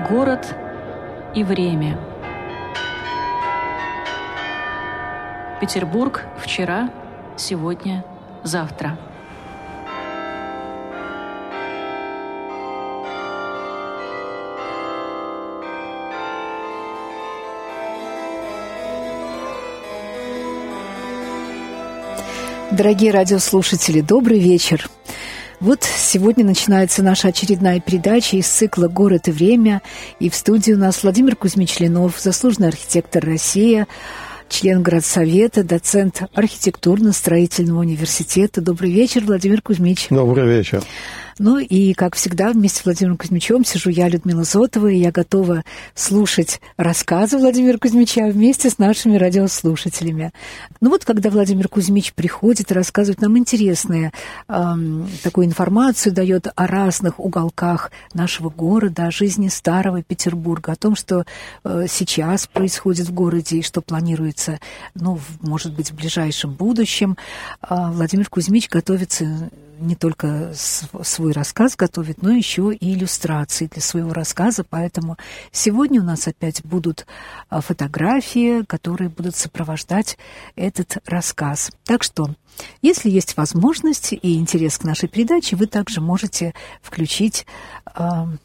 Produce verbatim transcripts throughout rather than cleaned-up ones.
Город и время. Петербург вчера, сегодня, завтра. Дорогие радиослушатели, добрый вечер. Вот сегодня начинается наша очередная передача из цикла «Город и время». И в студии у нас Владимир Кузьмич Ленов, заслуженный архитектор России, член городсовета, доцент архитектурно-строительного университета. Добрый вечер, Владимир Кузьмич. Добрый вечер. Ну и, как всегда, вместе с Владимиром Кузьмичем сижу я, Людмила Зотова, и я готова слушать рассказы Владимира Кузьмича вместе с нашими радиослушателями. Ну вот, когда Владимир Кузьмич приходит и рассказывает нам интересную эм, такую информацию, дает о разных уголках нашего города, о жизни старого Петербурга, о том, что э, сейчас происходит в городе и что планируется, ну, может быть, в ближайшем будущем, э, Владимир Кузьмич готовится не только свой рассказ готовит, но еще и иллюстрации для своего рассказа. Поэтому сегодня у нас опять будут фотографии, которые будут сопровождать этот рассказ. Так что, если есть возможность и интерес к нашей передаче, вы также можете включить э,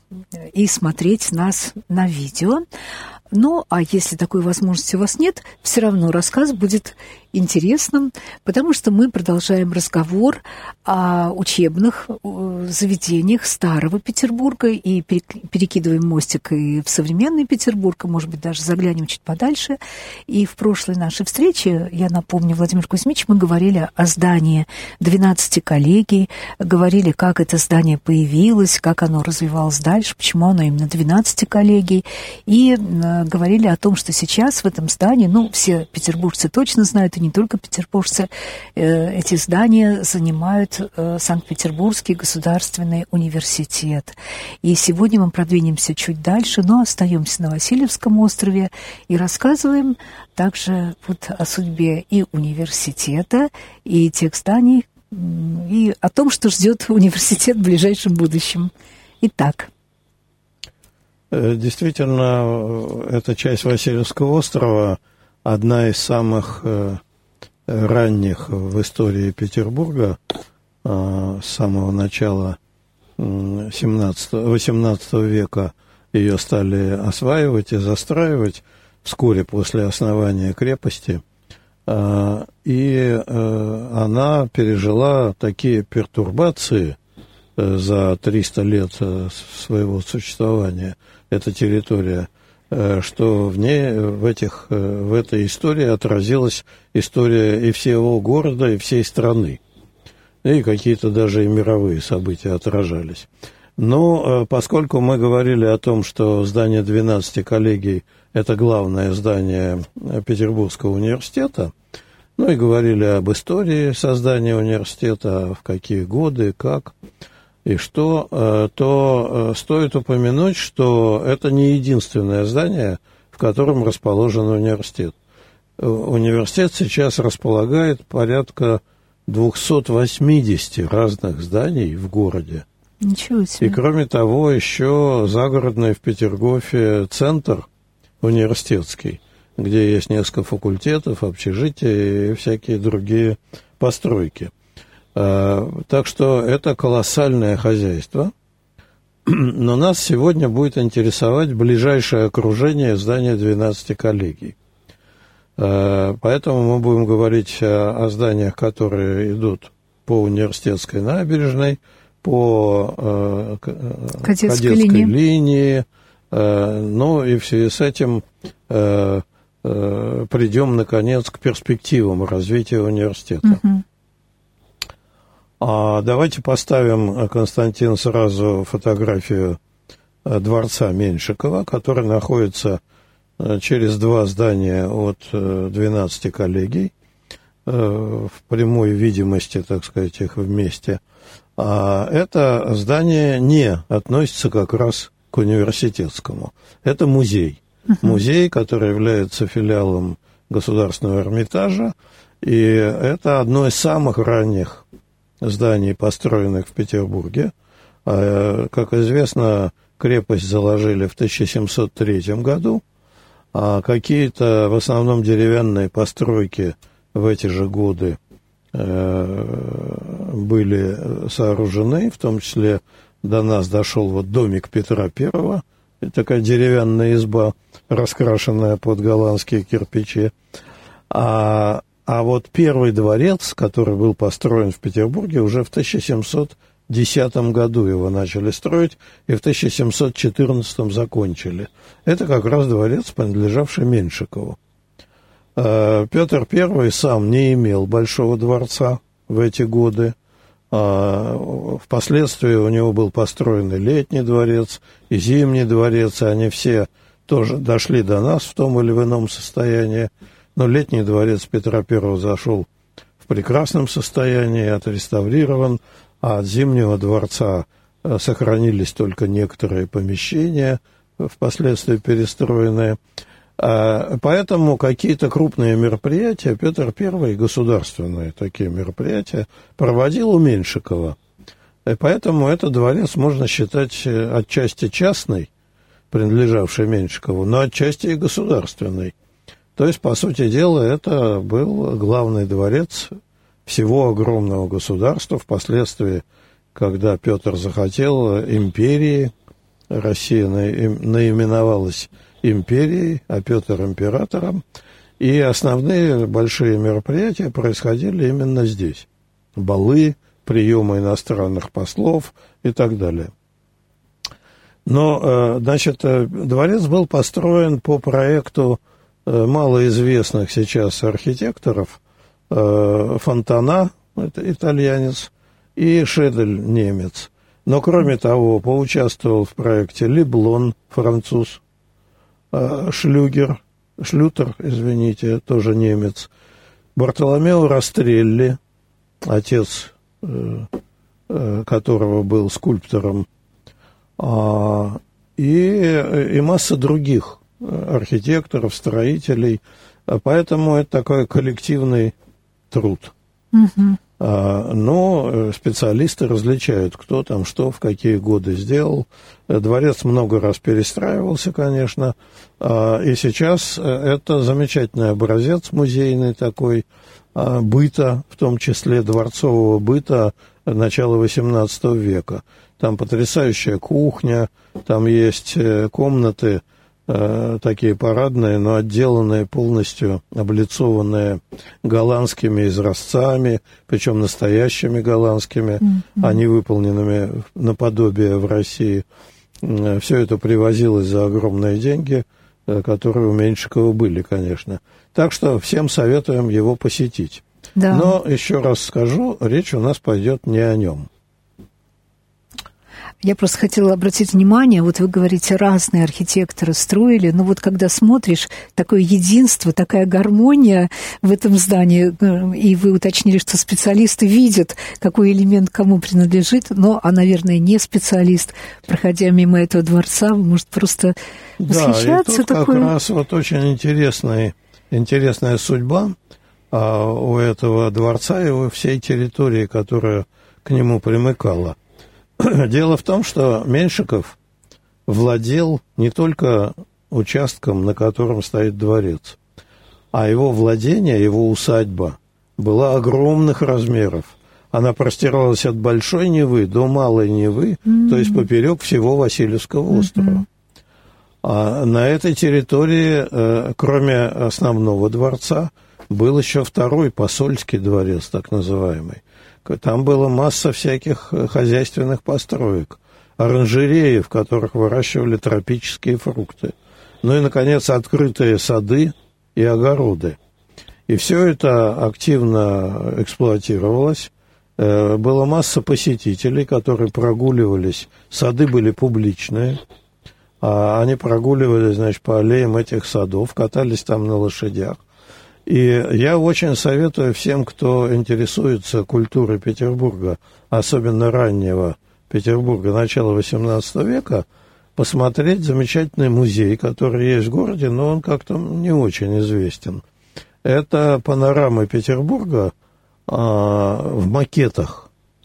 и смотреть нас на видео. Ну, а если такой возможности у вас нет, все равно рассказ будет интересным, потому что мы продолжаем разговор о учебных заведениях старого Петербурга и перекидываем мостик и в современный Петербург, и, может быть, даже заглянем чуть подальше. И в прошлой нашей встрече, я напомню, Владимир Кузьмич, мы говорили о здании двенадцати коллегий, говорили, как это здание появилось, как оно развивалось дальше, почему оно именно двенадцати коллегий, и говорили о том, что сейчас в этом здании, ну, все петербуржцы точно знают, и не только петербуржцы, э, эти здания занимают э, Санкт-Петербургский государственный университет. И сегодня мы продвинемся чуть дальше, но остаемся на Васильевском острове и рассказываем также вот о судьбе и университета, и тех зданий, и о том, что ждет университет в ближайшем будущем. Итак. Действительно, эта часть Васильевского острова одна из самых ранних в истории Петербурга, с самого начала семнадцатого-восемнадцатого века ее стали осваивать и застраивать вскоре после основания крепости. И она пережила такие пертурбации за триста лет своего существования, эта территория, что в ней, в, этих, в этой истории отразилась история и всего города, и всей страны. И какие-то даже и мировые события отражались. Но поскольку мы говорили о том, что здание двенадцати коллегий – это главное здание Петербургского университета, ну и говорили об истории создания университета, в какие годы, как и что, то стоит упомянуть, что это не единственное здание, в котором расположен университет. Университет сейчас располагает порядка двухсот восьмидесяти разных зданий в городе. Ничего себе. И кроме того, еще загородный в Петергофе центр университетский, где есть несколько факультетов, общежития и всякие другие постройки. Так что это колоссальное хозяйство. Но нас сегодня будет интересовать ближайшее окружение здания двенадцати коллегий. Поэтому мы будем говорить о зданиях, которые идут по Университетской набережной, по Кадетской, Кадетской линии. линии. Ну и в связи с этим придем, наконец, к перспективам развития университета. Угу. А давайте поставим, Константин, сразу фотографию дворца Меньшикова, который находится через два здания от двенадцати коллегий, в прямой видимости, так сказать, их вместе. А это здание не относится как раз к университетскому. Это музей. Uh-huh. Музей, который является филиалом Государственного Эрмитажа, и это одно из самых ранних зданий, построенных в Петербурге. Как известно, крепость заложили в тысяча семьсот третьем году, а какие-то в основном деревянные постройки в эти же годы были сооружены, в том числе до нас дошел вот домик Петра Первого, такая деревянная изба, раскрашенная под голландские кирпичи. А, а вот первый дворец, который был построен в Петербурге, уже в тысяча семьсот десятом году его начали строить, и в тысяча семьсот четырнадцатом закончили. Это как раз дворец, принадлежавший Меншикову. Петр Первый сам не имел большого дворца в эти годы. Впоследствии у него был построен и летний дворец, и зимний дворец, и они все тоже дошли до нас в том или ином состоянии. Но летний дворец Петра Первого зашел в прекрасном состоянии, отреставрирован, а от Зимнего дворца сохранились только некоторые помещения, впоследствии перестроенные. Поэтому какие-то крупные мероприятия Петр Первый, государственные такие мероприятия, проводил у Меншикова. И поэтому этот дворец можно считать отчасти частный, принадлежавший Меншикову, но отчасти и государственный. То есть, по сути дела, это был главный дворец всего огромного государства. Впоследствии, когда Петр захотел империи, Россия наименовалась империей, а Петр императором, и основные большие мероприятия происходили именно здесь. Балы, приемы иностранных послов и так далее. Но, значит, дворец был построен по проекту малоизвестных сейчас архитекторов, Фонтана, это итальянец, и Шедель, немец. Но, кроме того, поучаствовал в проекте Леблон, француз, Шлюгер, Шлютер, извините, тоже немец, Бартоломео Растрелли, отец которого был скульптором, и, и масса других архитекторов, строителей. Поэтому это такой коллективный труд. Mm-hmm. Но специалисты различают, кто там что, в какие годы сделал. Дворец много раз перестраивался, конечно. И сейчас это замечательный образец музейный такой, быта, в том числе дворцового быта начала восемнадцатого века. Там потрясающая кухня, там есть комнаты такие парадные, но отделанные полностью, облицованные голландскими изразцами, причем настоящими голландскими, mm-hmm. а не выполненными наподобие в России. Все это привозилось за огромные деньги, которые у Меншикова были, конечно. Так что всем советуем его посетить. Да. Но, еще раз скажу, речь у нас пойдет не о нем. Я просто хотела обратить внимание, вот вы говорите, разные архитекторы строили, но вот когда смотришь, такое единство, такая гармония в этом здании, и вы уточнили, что специалисты видят, какой элемент кому принадлежит, но, а, наверное, не специалист, проходя мимо этого дворца, может просто восхищаться. Да, и тут такой... как раз вот очень интересная, интересная судьба а, у этого дворца и у всей территории, которая к нему примыкала. Дело в том, что Меншиков владел не только участком, на котором стоит дворец, а его владение, его усадьба была огромных размеров. Она простиралась от Большой Невы до Малой Невы, mm-hmm. то есть поперек всего Васильевского острова. Mm-hmm. А на этой территории, кроме основного дворца, был еще второй посольский дворец, так называемый. Там была масса всяких хозяйственных построек, оранжереи, в которых выращивали тропические фрукты. Ну и, наконец, открытые сады и огороды. И все это активно эксплуатировалось. Была масса посетителей, которые прогуливались. Сады были публичные. Они прогуливались, значит, по аллеям этих садов, катались там на лошадях. И я очень советую всем, кто интересуется культурой Петербурга, особенно раннего Петербурга, начала восемнадцатого века, посмотреть замечательный музей, который есть в городе, но он как-то не очень известен. Это панорамы Петербурга а, в макетах.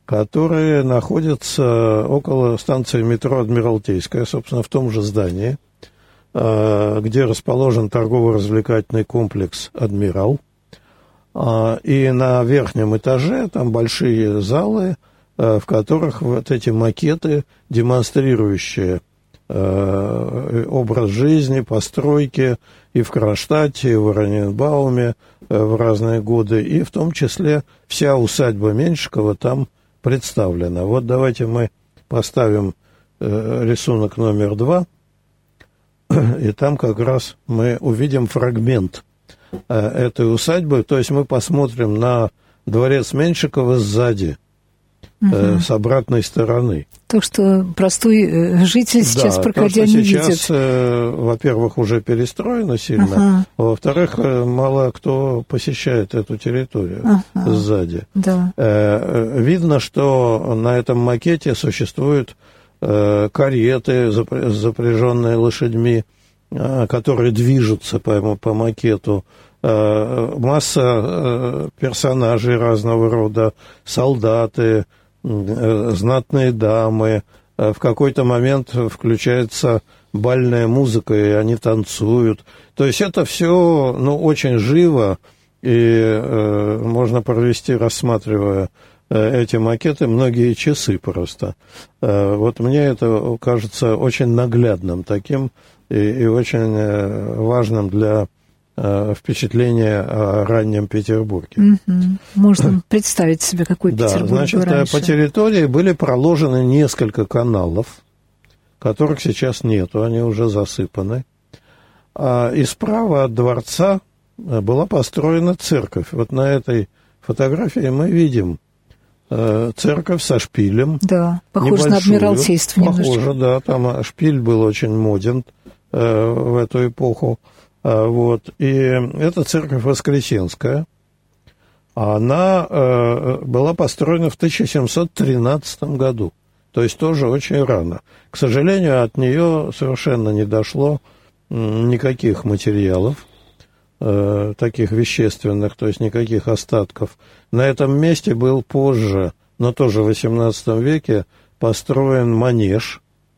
которые находятся около станции метро Адмиралтейская, собственно, в том же здании, где расположен торгово-развлекательный комплекс «Адмирал». И на верхнем этаже там большие залы, в которых вот эти макеты, демонстрирующие образ жизни, постройки и в Кронштадте, и в Ораниенбауме в разные годы, и в том числе вся усадьба Меньшикова там представлена. Вот давайте мы поставим рисунок номер два, и там как раз мы увидим фрагмент этой усадьбы, то есть мы посмотрим на дворец Меньшикова сзади, угу. с обратной стороны. То, что простой житель сейчас, да, проходя, то, что не сейчас, видит. Э, во-первых, уже перестроено сильно, ага. а во-вторых, мало кто посещает эту территорию ага. сзади. Да. Э, видно, что на этом макете существуют э, кареты, запряженные лошадьми, э, которые движутся по, по макету. Э, масса э, персонажей разного рода, солдаты, знатные дамы, в какой-то момент включается бальная музыка, и они танцуют. То есть это все, ну, очень живо, и э, можно провести, рассматривая э, эти макеты, многие часы просто. Э, вот мне это кажется очень наглядным таким и, и очень э, важным для впечатление о раннем Петербурге. Mm-hmm. Можно представить себе, какой да, Петербург значит, был раньше. По территории были проложены несколько каналов, которых сейчас нету, они уже засыпаны. А, и справа от дворца была построена церковь. Вот на этой фотографии мы видим э, церковь со шпилем. Да, похоже на Адмиралтейство немножко. Похоже, да, там шпиль был очень моден э, в эту эпоху. Вот. И эта церковь Воскресенская, она э, была построена в тысяча семьсот тринадцатом году, то есть тоже очень рано. К сожалению, от нее совершенно не дошло никаких материалов, э, таких вещественных, то есть никаких остатков. На этом месте был позже, но тоже в восемнадцатом веке, построен манеж,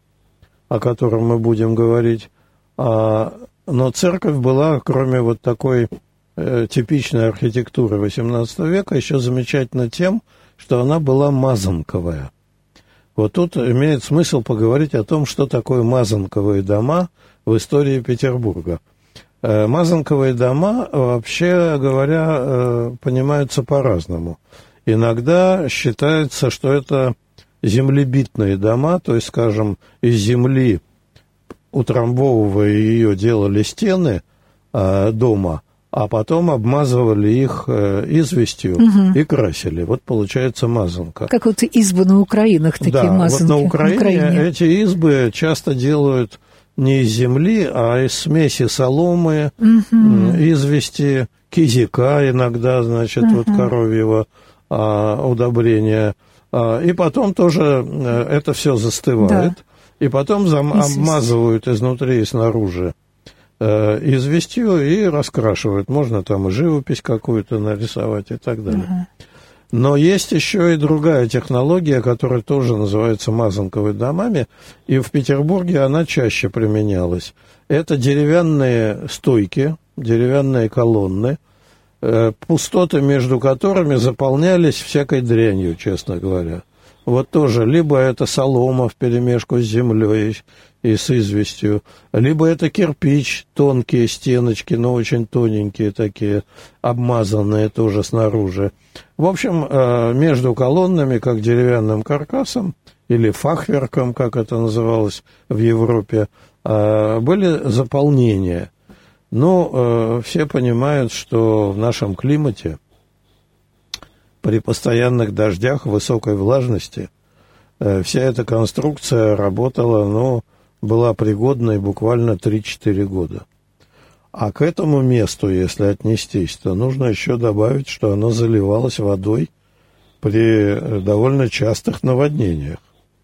о котором мы будем говорить. А Но церковь была, кроме вот такой э, типичной архитектуры восемнадцатого века, еще замечательна тем, что она была мазанковая. Вот тут имеет смысл поговорить о том, что такое мазанковые дома в истории Петербурга. Э, мазанковые дома, вообще говоря, э, понимаются по-разному. Иногда считается, что это землебитные дома, то есть, скажем, из земли, утрамбовывая ее, делали стены э, дома, а потом обмазывали их э, известью угу. и красили. Вот получается мазанка. Как вот избы на Украинах, такие да, мазанки. Вот на Украине, на Украине эти избы часто делают не из земли, а из смеси соломы, угу. извести, кизика иногда, значит, угу. вот коровьего а, удобрения. А, и потом тоже а, это все застывает. Да. И потом зам, обмазывают изнутри и снаружи э, известью и раскрашивают. Можно там и живопись какую-то нарисовать и так далее. Uh-huh. Но есть еще и другая технология, которая тоже называется мазанковыми домами, и в Петербурге она чаще применялась. Это деревянные стойки, деревянные колонны, э, пустоты между которыми заполнялись всякой дрянью, честно говоря. Вот тоже, либо это солома вперемешку с землей и с известью, либо это кирпич, тонкие стеночки, но очень тоненькие такие, обмазанные тоже снаружи. В общем, между колоннами, как деревянным каркасом, или фахверком, как это называлось в Европе, были заполнения. Но все понимают, что в нашем климате при постоянных дождях, высокой влажности, э, вся эта конструкция работала, ну, была пригодной буквально три-четыре года. А к этому месту, если отнестись, то нужно еще добавить, что оно заливалось водой при довольно частых наводнениях.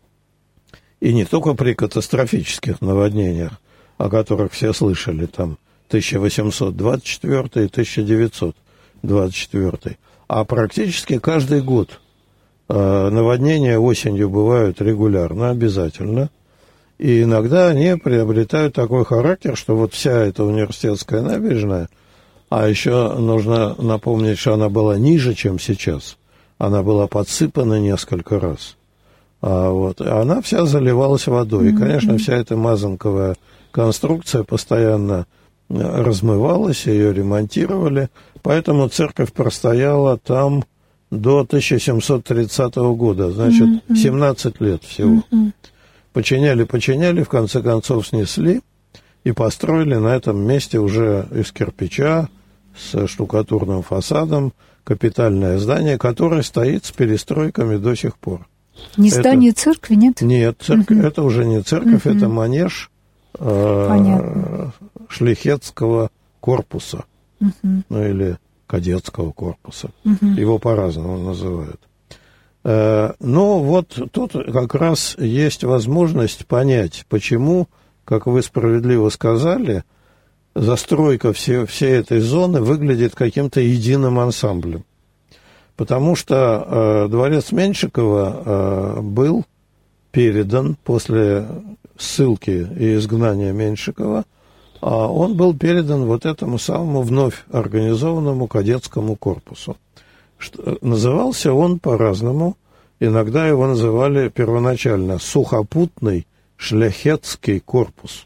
И не только при катастрофических наводнениях, о которых все слышали, там, тысяча восемьсот двадцать четвёртый и тысяча девятьсот двадцать четвёртый, а практически каждый год Наводнения осенью бывают регулярно, обязательно. И иногда они приобретают такой характер, что вот вся эта университетская набережная, а еще нужно напомнить, что она была ниже, чем сейчас. Она была подсыпана несколько раз. А вот, она вся заливалась водой. И, конечно, вся эта мазанковая конструкция постоянно размывалась, ее ремонтировали. Поэтому церковь простояла там до тысяча семьсот тридцатого года. Значит, семнадцать лет всего. Починяли, починяли, в конце концов снесли и построили на этом месте уже из кирпича с штукатурным фасадом капитальное здание, которое стоит с перестройками до сих пор. Не это... здание церкви, нет? Нет, церковь, угу. Это уже не церковь, угу. Это манеж э, шляхетского корпуса, угу. Ну или кадетского корпуса. Угу. Его по-разному называют. Но вот тут как раз есть возможность понять, почему, как вы справедливо сказали, застройка всей, всей этой зоны выглядит каким-то единым ансамблем. Потому что э, дворец Меньшикова э, был передан после ссылки и изгнания Меньшикова, а он был передан вот этому самому вновь организованному кадетскому корпусу. Что, назывался он по-разному. Иногда его называли первоначально сухопутный шляхетский корпус.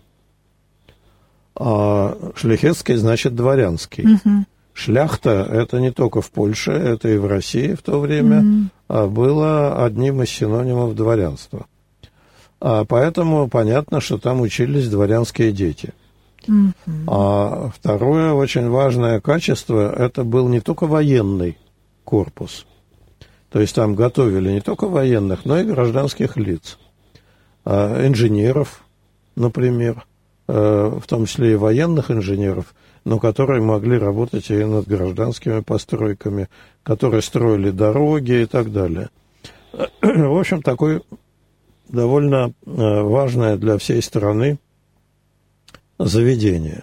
А шляхетский значит дворянский. Угу. Шляхта – это не только в Польше, это и в России в то время, угу. а было одним из синонимов дворянства. А поэтому понятно, что там учились дворянские дети. Угу. А второе очень важное качество – это был не только военный корпус. То есть там готовили не только военных, но и гражданских лиц. Инженеров, например, в том числе и военных инженеров, но которые могли работать и над гражданскими постройками, которые строили дороги и так далее. В общем, такое довольно важное для всей страны заведение.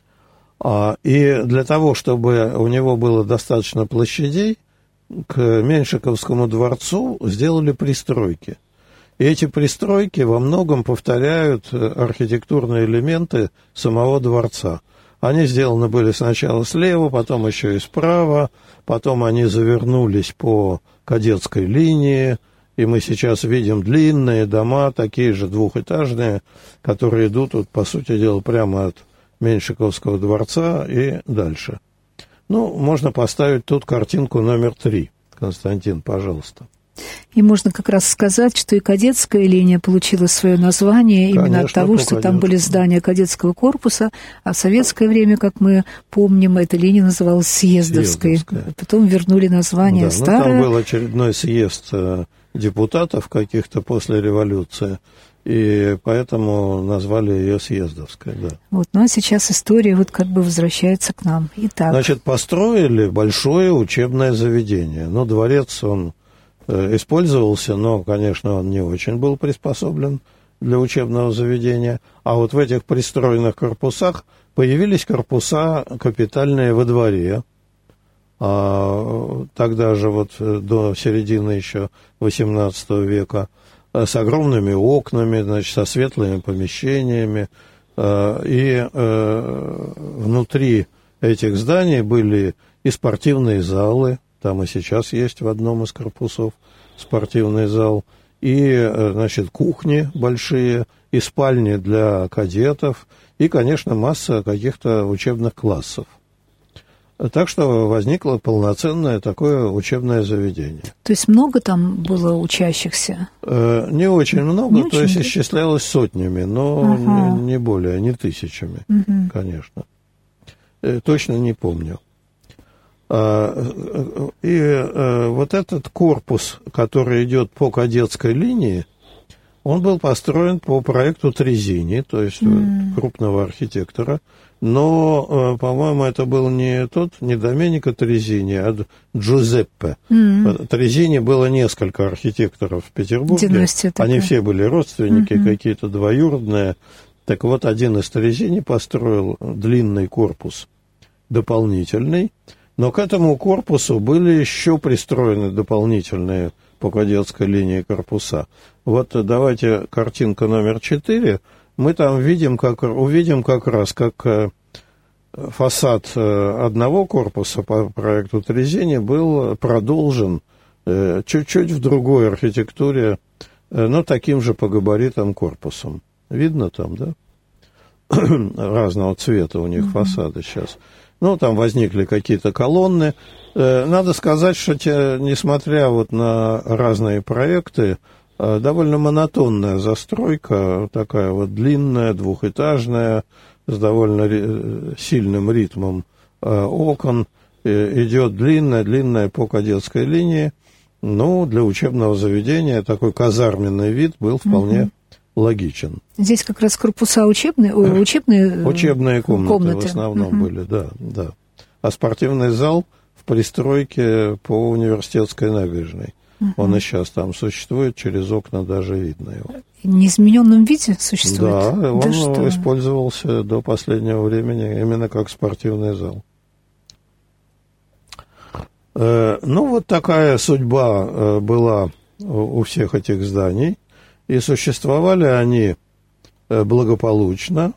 И для того, чтобы у него было достаточно площадей, к Меньшиковскому дворцу сделали пристройки. И эти пристройки во многом повторяют архитектурные элементы самого дворца. Они сделаны были сначала слева, потом еще и справа, потом они завернулись по кадетской линии, и мы сейчас видим длинные дома, такие же двухэтажные, которые идут, вот, по сути дела, прямо от Меньшиковского дворца и дальше. Ну, можно поставить тут картинку номер три. Константин, пожалуйста. И можно как раз сказать, что и кадетская линия получила свое название. Конечно, именно от того, что там были здания кадетского корпуса, а в советское время, как мы помним, эта линия называлась Съездовской. Съездовская. Потом вернули название, да, старое. Ну, там был очередной съезд депутатов каких-то после революции, и поэтому назвали ее Съездовской, да. Вот, ну а сейчас история вот как бы возвращается к нам. Итак. Значит, построили большое учебное заведение. Ну, дворец, он э, использовался, но, конечно, он не очень был приспособлен для учебного заведения. А вот в этих пристроенных корпусах появились корпуса капитальные во дворе. А, тогда же вот до середины еще восемнадцатого века, с огромными окнами, значит, со светлыми помещениями. И внутри этих зданий были и спортивные залы, там и сейчас есть в одном из корпусов спортивный зал, и, значит, кухни большие, и спальни для кадетов, и, конечно, масса каких-то учебных классов. Так что возникло полноценное такое учебное заведение. То есть много там было учащихся? Э, не очень много, не то очень есть много? Исчислялось сотнями, но ага. не, не более, не тысячами, угу. конечно. Э, точно не помню. А, и а, вот этот корпус, который идет по кадетской линии, он был построен по проекту Трезини, то есть mm. крупного архитектора. Но, по-моему, это был не тот, не Доменико Трезини, а Джузеппе. Mm. Трезини было несколько архиtekторов в Петербурге. Они все были родственники, mm-hmm. какие-то двоюродные. Так вот, один из Трезини построил длинный корпус дополнительный. Но к этому корпусу были еще пристроены дополнительные по кадетской линии корпуса. Вот давайте картинка номер четыре. Мы там видим, как, увидим как раз, как фасад одного корпуса по проекту Трезини был продолжен чуть-чуть в другой архитектуре, но таким же по габаритам корпусом. Видно там, да? Разного цвета у них mm-hmm. фасады сейчас. Ну, там возникли какие-то колонны. Надо сказать, что, те, несмотря вот на разные проекты, довольно монотонная застройка, такая вот длинная, двухэтажная, с довольно сильным ритмом окон, идет длинная-длинная по кадетской линии. Ну, для учебного заведения такой казарменный вид был вполне mm-hmm. логичен. Здесь как раз корпуса учебные, учебные, учебные комнаты, комнаты в основном mm-hmm. были, да, да. А спортивный зал в пристройке по университетской набережной. Uh-huh. Он и сейчас там существует, через окна даже видно его. В неизмененном виде существует? Да, да он что? использовался до последнего времени именно как спортивный зал. Э, ну, вот такая судьба э, была у всех этих зданий, и существовали они э, благополучно.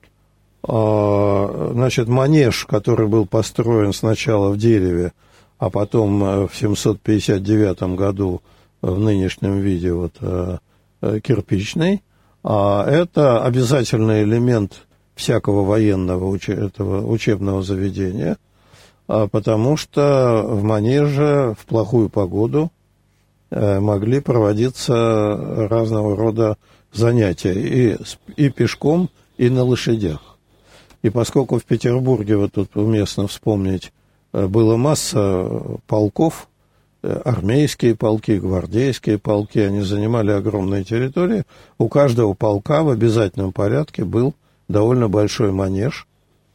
Э, значит, манеж, который был построен сначала в дереве, а потом в семьсот пятьдесят девятом году в нынешнем виде вот, э, кирпичный, а это обязательный элемент всякого военного уч- этого учебного заведения, а потому что в манеже в плохую погоду э, могли проводиться разного рода занятия и, и пешком, и на лошадях. И поскольку в Петербурге, вот тут уместно вспомнить, была масса полков, армейские полки, гвардейские полки, они занимали огромные территории. У каждого полка в обязательном порядке был довольно большой манеж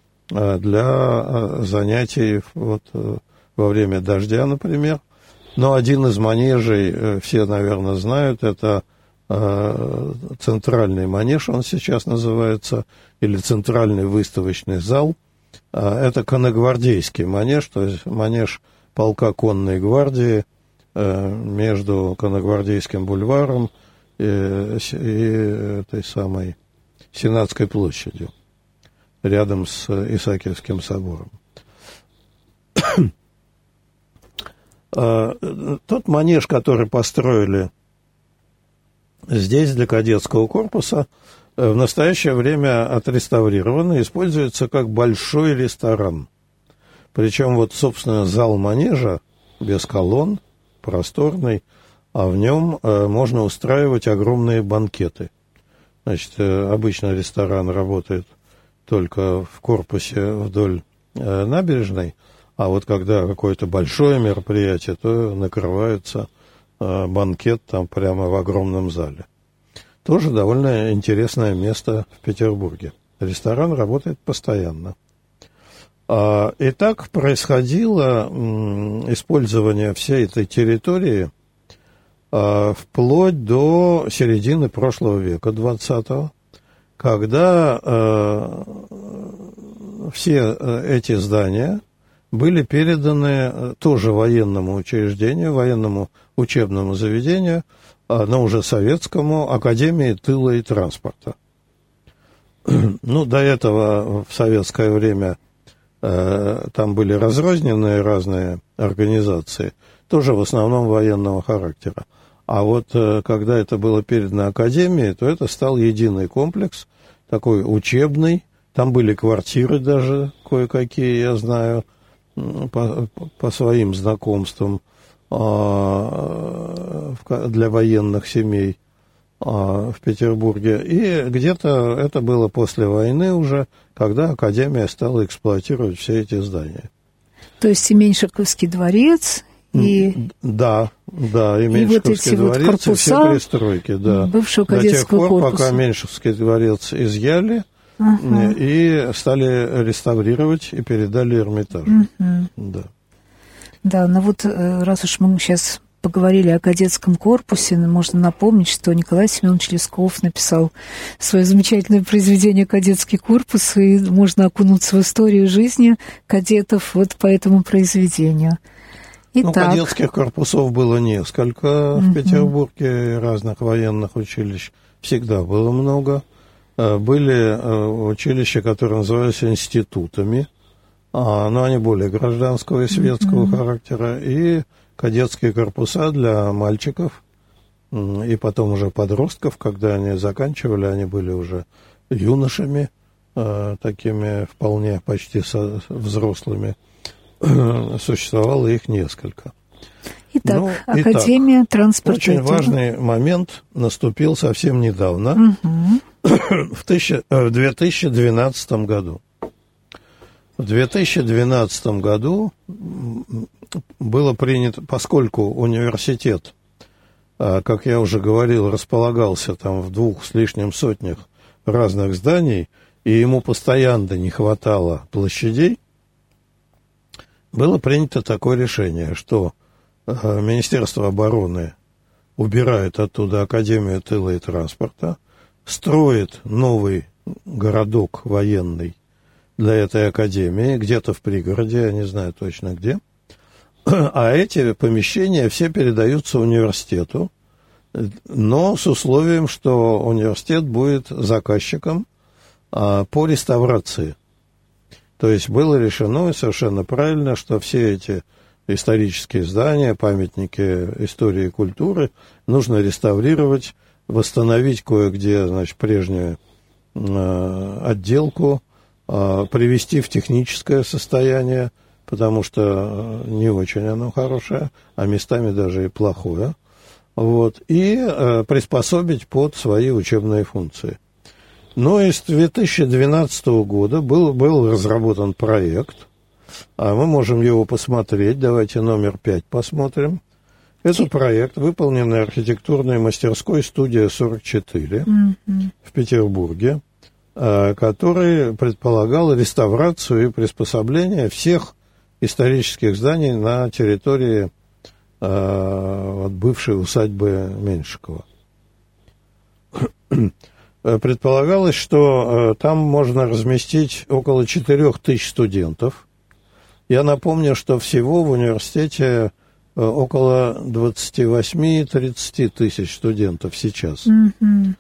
для занятий вот, во время дождя, например. Но один из манежей, все, наверное, знают, это центральный манеж, он сейчас называется, или центральный выставочный зал. Это конногвардейский манеж, то есть манеж полка конной гвардии между Конногвардейским бульваром и, и этой самой Сенатской площадью, рядом с Исаакиевским собором. Тот манеж, который построили здесь для кадетского корпуса, в настоящее время отреставрирован и используется как большой ресторан. Причем вот, собственно, зал манежа без колонн, просторный, а в нем э, можно устраивать огромные банкеты. Значит, э, обычно ресторан работает только в корпусе вдоль э, набережной, а вот когда какое-то большое мероприятие, то накрывается э, банкет там прямо в огромном зале. Тоже довольно интересное место в Петербурге. Ресторан работает постоянно. И так происходило использование всей этой территории вплоть до середины прошлого века, двадцатого, когда все эти здания были переданы тоже военному учреждению, военному учебному заведению, но уже советскому, Академии тыла и транспорта. Ну, до этого в советское время э, там были разрозненные разные организации, тоже в основном военного характера. А вот э, когда это было передано Академии, то это стал единый комплекс, такой учебный. Там были квартиры даже кое-какие, я знаю, по, по своим знакомствам, для военных семей в Петербурге. И где-то это было после войны уже, когда Академия стала эксплуатировать все эти здания. То есть и Меньшиковский дворец, и... Да, да, и Меньшиковский вот дворец, вот корпуса, и все пристройки, да. Бывшего кадетского корпуса. До тех пор, корпуса. Пока Меньшиковский дворец изъяли, ага. и стали реставрировать, и передали Эрмитажу. Угу. Да. Да, ну вот раз уж мы сейчас поговорили о кадетском корпусе, можно напомнить, что Николай Семенович Лесков написал свое замечательное произведение «Кадетский корпус», и можно окунуться в историю жизни кадетов вот по этому произведению. Итак. Ну, кадетских корпусов было несколько в Петербурге, разных военных училищ всегда было много. Были училища, которые назывались институтами, но они более гражданского и светского mm-hmm. характера, и кадетские корпуса для мальчиков, и потом уже подростков, когда они заканчивали, они были уже юношами, такими вполне почти взрослыми. Существовало их несколько. Итак, ну, Академия итак, транспорта. Очень важный момент наступил совсем недавно, угу. в, тысяча, в две тысячи двенадцатом году. В две тысячи двенадцатом году было принято, поскольку университет, как я уже говорил, располагался там в двух с лишним сотнях разных зданий, и ему постоянно не хватало площадей, было принято такое решение, что Министерство обороны убирает оттуда Академию тыла и транспорта, строит новый городок военный для этой академии, где-то в пригороде, я не знаю точно где, а эти помещения все передаются университету, но с условием, что университет будет заказчиком а, по реставрации. То есть было решено, и совершенно правильно, что все эти исторические здания, памятники истории и культуры нужно реставрировать, восстановить кое-где, значит, прежнюю э, отделку, э, привести в техническое состояние, потому что не очень оно хорошее, а местами даже и плохое, вот, и э, приспособить под свои учебные функции. Но и с две тысячи двенадцатого года был, был разработан проект, а мы можем его посмотреть. Давайте номер пять посмотрим. Это проект, выполненный архитектурной мастерской «Студия сорок четыре» mm-hmm. в Петербурге, который предполагал реставрацию и приспособление всех исторических зданий на территории вот, бывшей усадьбы Меньшикова. Предполагалось, что там можно разместить около четырех тысяч студентов. Я напомню, что всего в университете около двадцать восемь - тридцать тысяч студентов сейчас. Mm-hmm.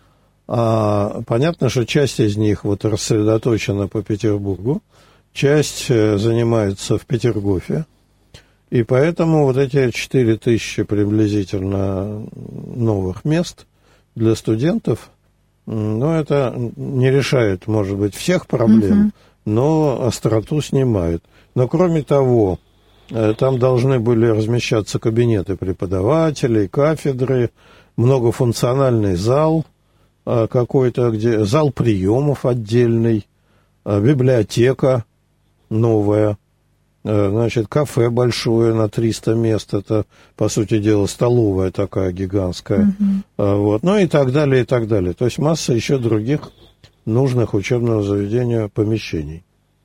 А, понятно, что часть из них вот рассредоточена по Петербургу, часть занимается в Петергофе, и поэтому вот эти четыре тысячи приблизительно новых мест для студентов, ну, это не решает, может быть, всех проблем, mm-hmm. но остроту снимает. Но, кроме того, там должны были размещаться кабинеты преподавателей, кафедры, многофункциональный зал какой-то, где зал приемов отдельный, библиотека новая, значит, кафе большое на триста мест, это, по сути дела, столовая такая гигантская, mm-hmm. вот, ну и так далее, и так далее. То есть масса еще других нужных учебного заведения помещений.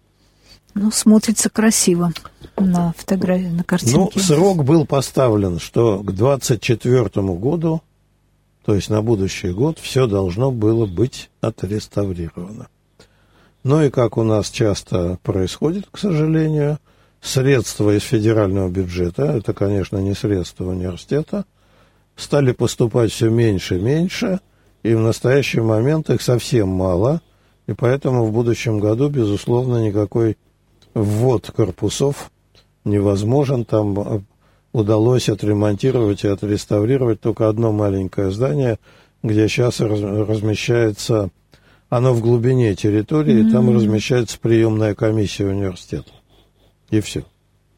Ну, смотрится красиво на фотографии, на картинке. Ну, срок был поставлен, что к двадцать четвёртому году, то есть на будущий год, все должно было быть отреставрировано. Ну и как у нас часто происходит, к сожалению, средства из федерального бюджета, это, конечно, не средства университета, стали поступать все меньше и меньше, и в настоящий момент их совсем мало, и поэтому в будущем году, безусловно, никакой ввод корпусов невозможен. Там удалось отремонтировать и отреставрировать только одно маленькое здание, где сейчас размещается, оно в глубине территории, mm-hmm. там размещается приемная комиссия университета. И все.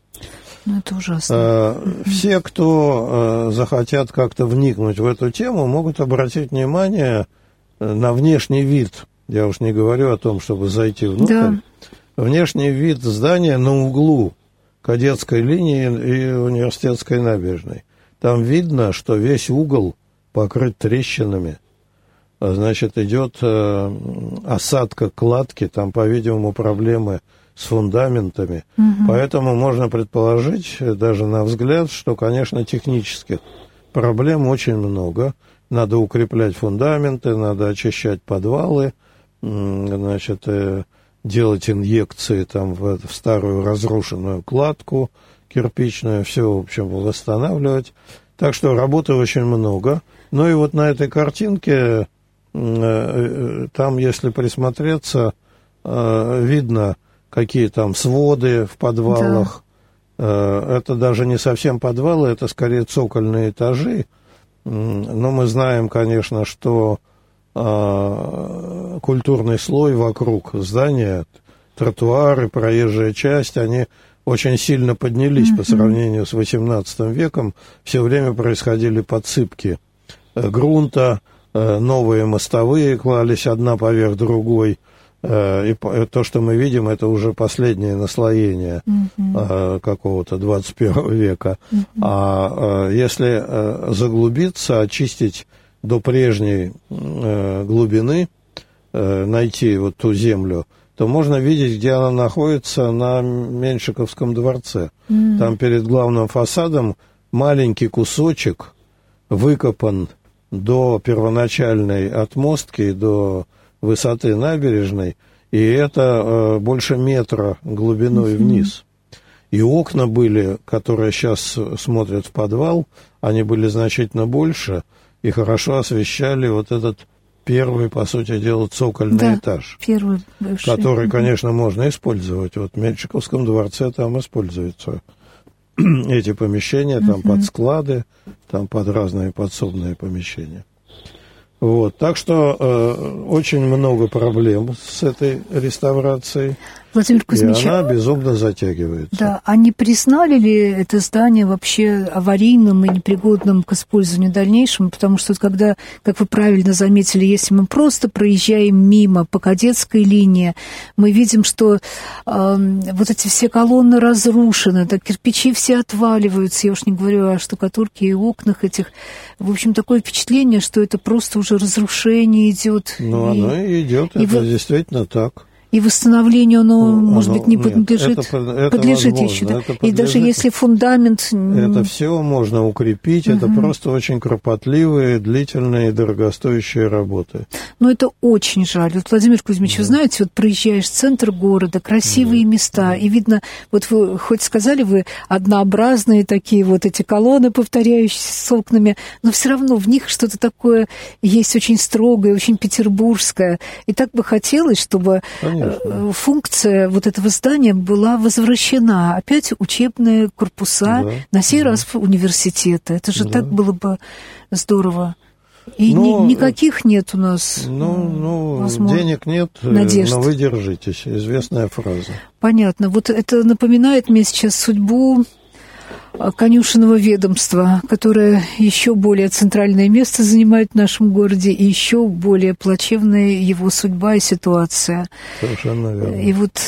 Ну, это ужасно. Все, кто захотят как-то вникнуть в эту тему, могут обратить внимание на внешний вид. Я уж не говорю о том, чтобы зайти внутрь. Да. Внешний вид здания на углу Кадетской линии и Университетской набережной. Там видно, что весь угол покрыт трещинами. Значит, идет осадка кладки, там, по-видимому, проблемы с фундаментами. Угу. Поэтому можно предположить, даже на взгляд, что, конечно, технических проблем очень много. Надо укреплять фундаменты, надо очищать подвалы, значит, делать инъекции там в, в старую разрушенную кладку, кирпичную, все, в общем, восстанавливать. Так что работы очень много. Ну и вот на этой картинке, там, если присмотреться, видно, какие там своды в подвалах. Да. Это даже не совсем подвалы, это скорее цокольные этажи. Но мы знаем, конечно, что культурный слой вокруг здания, тротуары, проезжая часть, они очень сильно поднялись mm-hmm. по сравнению с восемнадцатым веком. Все время происходили подсыпки грунта, новые мостовые клались одна поверх другой. И то, что мы видим, это уже последнее наслоение mm-hmm. какого-то двадцать первого века. Mm-hmm. А если заглубиться, очистить до прежней глубины, найти вот ту землю, то можно видеть, где она находится на Меньшиковском дворце. Mm. Там перед главным фасадом маленький кусочек выкопан до первоначальной отмостки, до высоты набережной, и это э, больше метра глубиной mm-hmm. вниз. И окна были, которые сейчас смотрят в подвал, они были значительно больше и хорошо освещали вот этот первый, по сути дела, цокольный да, этаж, первый бывший. Который, конечно, можно использовать. Вот в Меньшиковском дворце там используются эти помещения, там uh-huh. под склады, там под разные подсобные помещения. Вот, так что э, очень много проблем с этой реставрацией. Владимир Кузьмич, и она безумно затягивается. Да, а не признали ли это здание вообще аварийным и непригодным к использованию дальнейшему? Потому что когда, как вы правильно заметили, если мы просто проезжаем мимо по Кадетской линии, мы видим, что э, вот эти все колонны разрушены, так, кирпичи все отваливаются, я уж не говорю о штукатурке и окнах этих. В общем, такое впечатление, что это просто уже разрушение идет. Ну, и, оно и идет, и это в... действительно так. И восстановлению оно, ну, может оно, быть, не подлежит. Нет, это, это подлежит возможно, еще. Да? Это и подлежит. даже если фундамент... Это все можно укрепить. Угу. Это просто очень кропотливые, длительные, дорогостоящие работы. Но это очень жаль. Вот, Владимир Кузьмич, да. Вы знаете, вот проезжаешь в центр города, красивые да. места, да. и видно, вот вы хоть сказали вы, однообразные такие вот эти колонны, повторяющиеся с окнами, но все равно в них что-то такое есть очень строгое, очень петербургское. И так бы хотелось, чтобы... Конечно. Функция вот этого здания была возвращена. Опять учебные корпуса, да, на сей да. раз университета. Это же да. так было бы здорово. И но, ни, никаких нет у нас. Ну, ну возможно, денег нет, надежд. Но вы держитесь. Известная фраза. Понятно. Вот это напоминает мне сейчас судьбу конюшенного ведомства, которое еще более центральное место занимает в нашем городе, и еще более плачевная его судьба и ситуация. Совершенно верно. И вот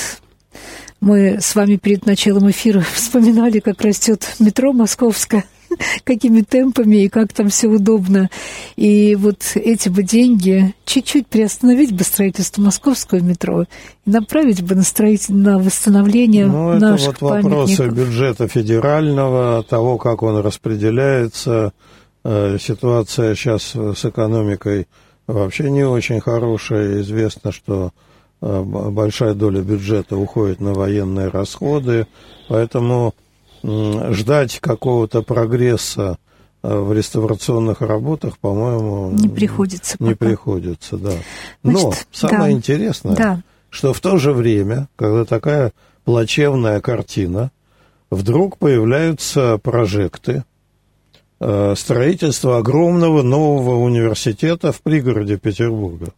мы с вами перед началом эфира вспоминали, как растет метро московское, какими темпами и как там все удобно. И вот эти бы деньги чуть-чуть приостановить бы строительство московского метро и направить бы на строительство, на восстановление ну, наших это вот памятников. Вопросы бюджета федерального, того, как он распределяется. Ситуация сейчас с экономикой вообще не очень хорошая. Известно, что большая доля бюджета уходит на военные расходы, поэтому ждать какого-то прогресса в реставрационных работах, по-моему, не приходится. Не пока. приходится, да. Но Значит, самое да. интересное, да. что в то же время, когда такая плачевная картина, вдруг появляются прожекты строительства огромного нового университета в пригороде Петербурга,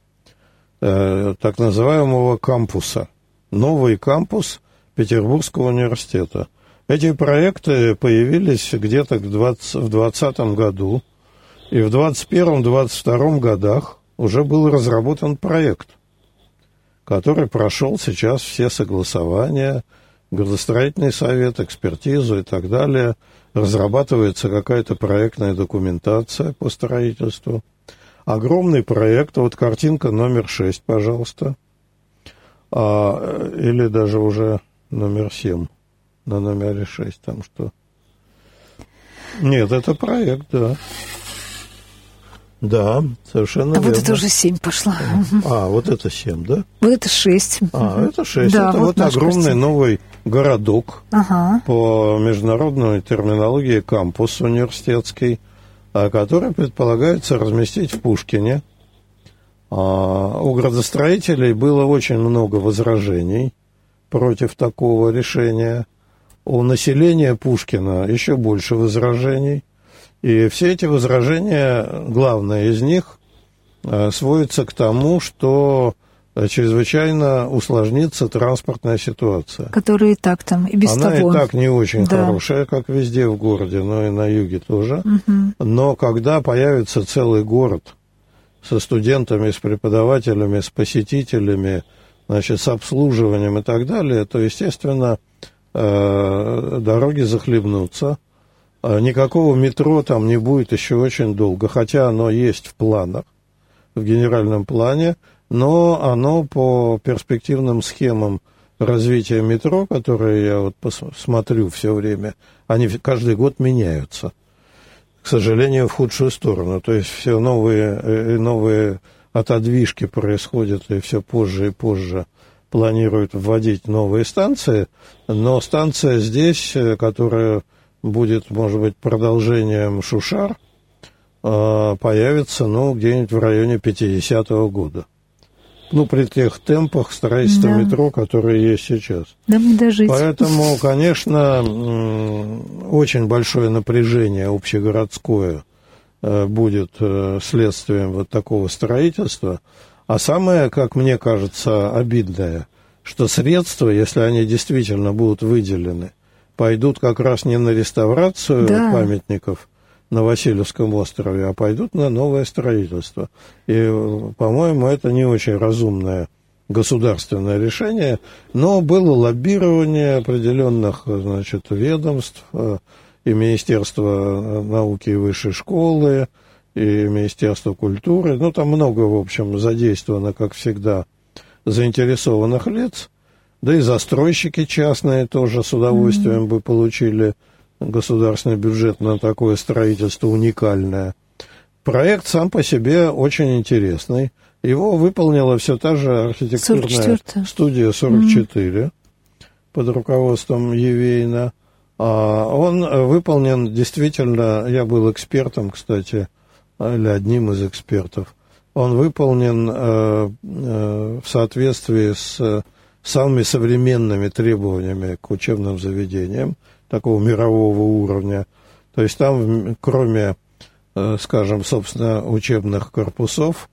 так называемого кампуса. Новый кампус Петербургского университета. Эти проекты появились где-то в двадцатом году, и в двадцать первом — двадцать втором годах уже был разработан проект, который прошел сейчас все согласования, градостроительный совет, экспертизу и так далее. Разрабатывается какая-то проектная документация по строительству. Огромный проект, вот картинка номер шесть, пожалуйста, а, или даже уже номер семь. На номере шесть там что? Нет, это проект, да. Да, совершенно а верно. Вот это уже семь пошла. А, вот это семь, да? Вот это шесть. А, это шесть. Да, это вот вот огромный картина. новый городок, ага. по международной терминологии кампус университетский, который предполагается разместить в Пушкине. У градостроителей было очень много возражений против такого решения. У населения Пушкина еще больше возражений. И все эти возражения, главное из них, сводится к тому, что чрезвычайно усложнится транспортная ситуация. Которая и так там, и без Она того. Она и так не очень да. хорошая, как везде в городе, но и на юге тоже. Угу. Но когда появится целый город со студентами, с преподавателями, с посетителями, значит, с обслуживанием и так далее, то, естественно, дороги захлебнутся. Никакого метро там не будет еще очень долго, хотя оно есть в планах, в генеральном плане, но оно по перспективным схемам развития метро, которые я вот смотрю все время, они каждый год меняются, к сожалению, в худшую сторону. То есть все новые и новые отодвижки происходят, и все позже и позже планируют вводить новые станции, но станция здесь, которая будет, может быть, продолжением Шушар, появится, ну, где-нибудь в районе пятидесятого года. Ну, при тех темпах строительства да. метро, которые есть сейчас. Да, мы дожить. Поэтому, конечно, очень большое напряжение общегородское будет следствием вот такого строительства. А самое, как мне кажется, обидное, что средства, если они действительно будут выделены, пойдут как раз не на реставрацию да. памятников на Васильевском острове, а пойдут на новое строительство. И, по-моему, это не очень разумное государственное решение, но было лоббирование определенных, значит, ведомств, и Министерства науки и высшей школы, и Министерство культуры. Ну, там много, в общем, задействовано, как всегда, заинтересованных лиц. Да и застройщики частные тоже с удовольствием mm-hmm. бы получили государственный бюджет на такое строительство уникальное. Проект сам по себе очень интересный. Его выполнила все та же архитектурная студия сорок четыре mm-hmm. под руководством Евейна. А он выполнен действительно, я был экспертом, кстати, или одним из экспертов. Он выполнен э, э, в соответствии с самыми современными требованиями к учебным заведениям такого мирового уровня. То есть там, кроме, скажем, собственно, учебных корпусов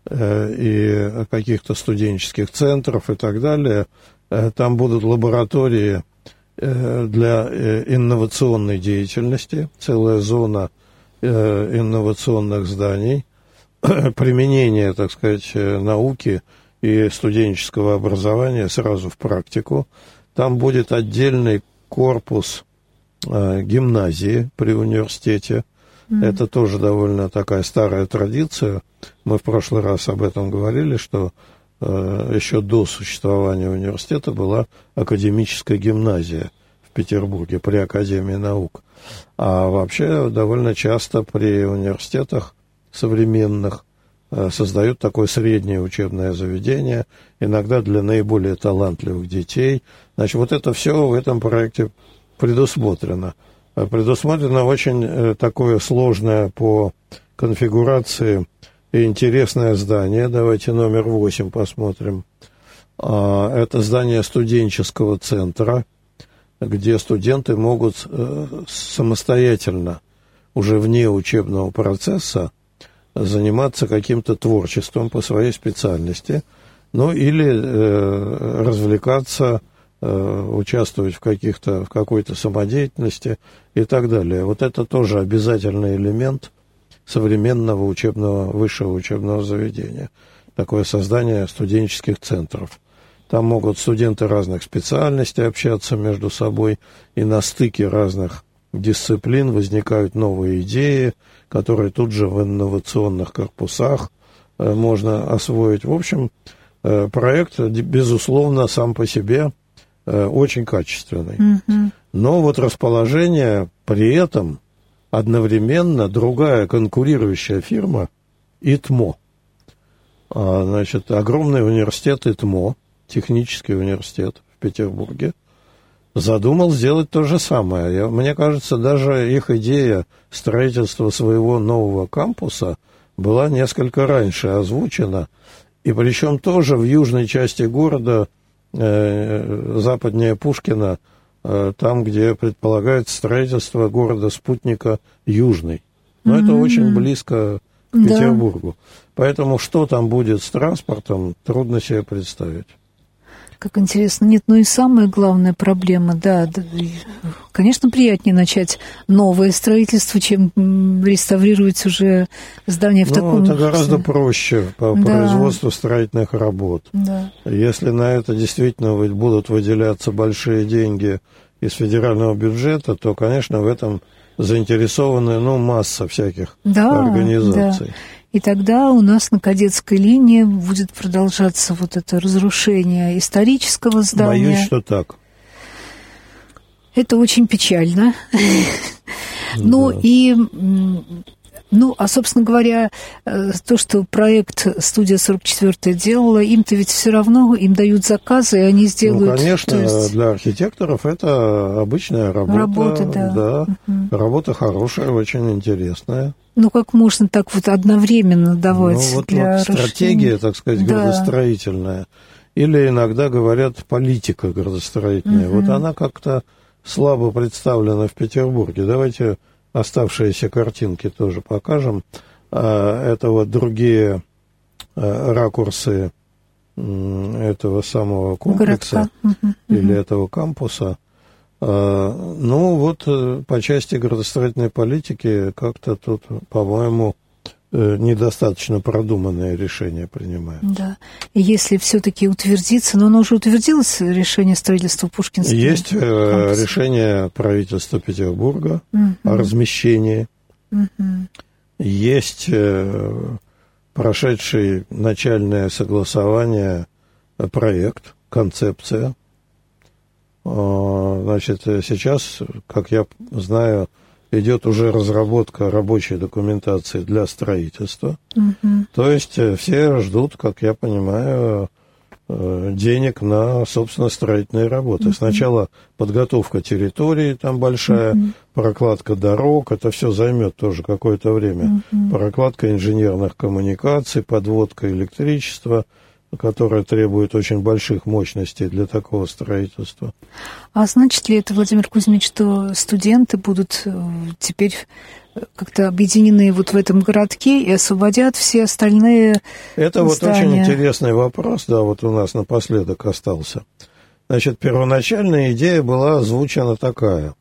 и каких-то студенческих центров и так далее, там будут лаборатории для инновационной деятельности, целая зона инновационных зданий, применение, так сказать, науки и студенческого образования сразу в практику. Там будет отдельный корпус э, гимназии при университете. Mm-hmm. Это тоже довольно такая старая традиция. Мы в прошлый раз об этом говорили, что э, еще до существования университета была академическая гимназия в Петербурге при Академии наук. А вообще довольно часто при университетах современных создают такое среднее учебное заведение, иногда для наиболее талантливых детей. Значит, вот это все в этом проекте предусмотрено. Предусмотрено очень такое сложное по конфигурации и интересное здание. Давайте номер восемь посмотрим. Это здание студенческого центра, где студенты могут самостоятельно, уже вне учебного процесса, заниматься каким-то творчеством по своей специальности, ну или э, развлекаться, э, участвовать в, каких-то, в какой-то самодеятельности и так далее. Вот это тоже обязательный элемент современного учебного, высшего учебного заведения. Такое создание студенческих центров. Там могут студенты разных специальностей общаться между собой, и на стыке разных дисциплин возникают новые идеи, которые тут же в инновационных корпусах э, можно освоить. В общем, э, проект, безусловно, сам по себе э, очень качественный. Mm-hmm. Но вот расположение при этом одновременно другая конкурирующая фирма ИТМО. Значит, огромный университет ИТМО, технический университет в Петербурге, задумал сделать то же самое. Я, мне кажется, даже их идея строительства своего нового кампуса была несколько раньше озвучена, и причем тоже в южной части города, э, западнее Пушкина, э, там, где предполагается строительство города-спутника Южный. Но mm-hmm. это очень близко к да. Петербургу. Поэтому что там будет с транспортом, трудно себе представить. Как интересно. Нет, ну и самая главная проблема, да, да, конечно, приятнее начать новое строительство, чем реставрировать уже здание в ну, таком... это гораздо проще по да. производству строительных работ. Да. Если на это действительно будут выделяться большие деньги из федерального бюджета, то, конечно, в этом заинтересованы, ну, масса всяких да, организаций. Да. И тогда у нас на Кадетской линии будет продолжаться вот это разрушение исторического здания. Боюсь, что так. Это очень печально. Ну и, ну, а, собственно говоря, то, что проект «Студия сорок четвёртая» делала, им-то ведь все равно, им дают заказы, и они сделают... Ну, конечно, есть... для архитекторов это обычная работа. Работа, да. да. Угу. Работа хорошая, очень интересная. Ну, как можно так вот одновременно давать ну, вот, для вот стратегия, так сказать, да. градостроительная. Или иногда говорят политика градостроительная. Угу. Вот она как-то слабо представлена в Петербурге. Давайте оставшиеся картинки тоже покажем. Это вот другие ракурсы этого самого комплекса угу. или угу. этого кампуса. Ну, вот по части градостроительной политики как-то тут, по-моему, недостаточно продуманное решение принимают. Да. И если все-таки утвердится, но оно уже утвердилось, решение строительства Пушкинского Есть кампуса? Решение правительства Петербурга угу. о размещении. Угу. Есть прошедший начальное согласование проект, концепция. Значит, сейчас, как я знаю, идет уже разработка рабочей документации для строительства. Mm-hmm. То есть все ждут, как я понимаю, денег на, собственно, строительные работы. Mm-hmm. Сначала подготовка территории там большая, mm-hmm. прокладка дорог, это все займет тоже какое-то время. Mm-hmm. Прокладка инженерных коммуникаций, подводка электричества, которая требует очень больших мощностей для такого строительства. А значит ли это, Владимир Кузьмич, что студенты будут теперь как-то объединены вот в этом городке и освободят все остальные Это здания? Вот очень интересный вопрос, да, вот у нас напоследок остался. Значит, первоначальная идея была озвучена такая,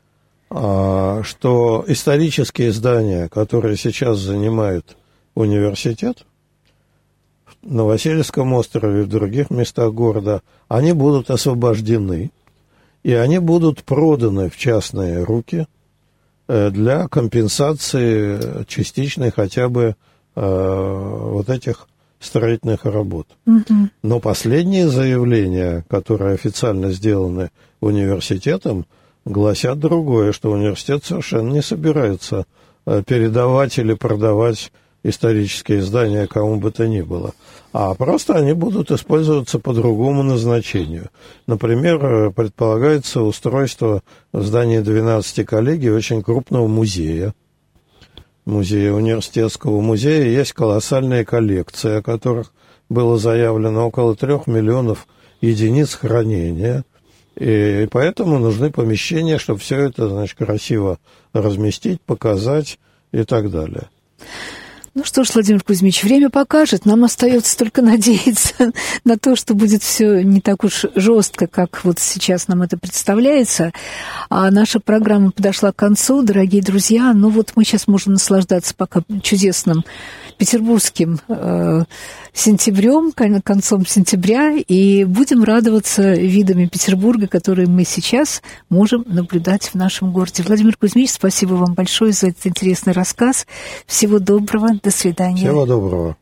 что исторические здания, которые сейчас занимает университет, на Васильевском острове и в других местах города, они будут освобождены, и они будут проданы в частные руки для компенсации частичной хотя бы э, вот этих строительных работ. Mm-hmm. Но последние заявления, которые официально сделаны университетом, гласят другое, что университет совершенно не собирается передавать или продавать исторические здания кому бы то ни было, а просто они будут использоваться по другому назначению. Например, предполагается устройство в здании двенадцати коллегий очень крупного музея. Музея университетского музея есть колоссальные коллекции, о которых было заявлено около трех миллионов единиц хранения. И поэтому нужны помещения, чтобы все это, значит, красиво разместить, показать и так далее. Ну что ж, Владимир Кузьмич, время покажет. Нам остается только надеяться на то, что будет все не так уж жестко, как вот сейчас нам это представляется. А наша программа подошла к концу, дорогие друзья. Ну вот мы сейчас можем наслаждаться пока чудесным петербургским э, сентябрем, концом сентября, и будем радоваться видами Петербурга, которые мы сейчас можем наблюдать в нашем городе. Владимир Кузьмич, спасибо вам большое за этот интересный рассказ. Всего доброго. До свидания. Всего доброго.